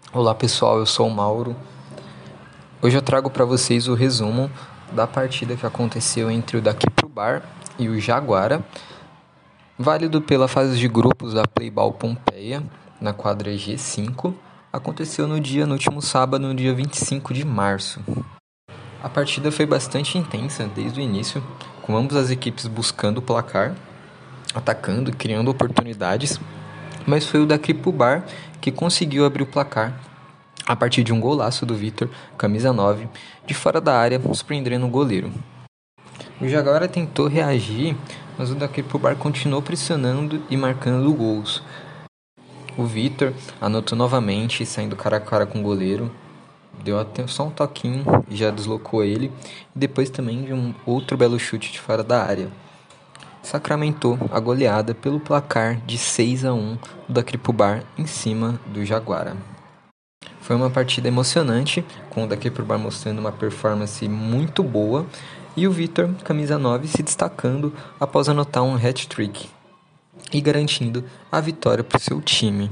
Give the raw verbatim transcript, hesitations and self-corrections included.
Olá pessoal, eu sou o Mauro. Hoje eu trago para vocês o resumo da partida que aconteceu entre o Daqui Pro Bar e o Jaguara, válido pela fase de grupos da Playball Pompeia, na quadra G cinco, aconteceu no dia, no último sábado, no dia vinte e cinco de março. A partida foi bastante intensa desde o início, com ambas as equipes buscando o placar, atacando e criando oportunidades, mas foi o Daqui Pro Bar que conseguiu abrir o placar a partir de um golaço do Vitor, camisa nove, de fora da área, surpreendendo o goleiro. O Jaguara tentou reagir, mas o Daqui Pro Bar continuou pressionando e marcando gols. O Vitor anotou novamente, saindo cara a cara com o goleiro, deu até só um toquinho e já deslocou ele, e depois também de um outro belo chute de fora da área. Sacramentou a goleada pelo placar de seis a um do Daqui Pro Bar em cima do Jaguara. Foi uma partida emocionante, com o Daqui Pro Bar mostrando uma performance muito boa e o Vitor, camisa nove, se destacando após anotar um hat-trick e garantindo a vitória para o seu time.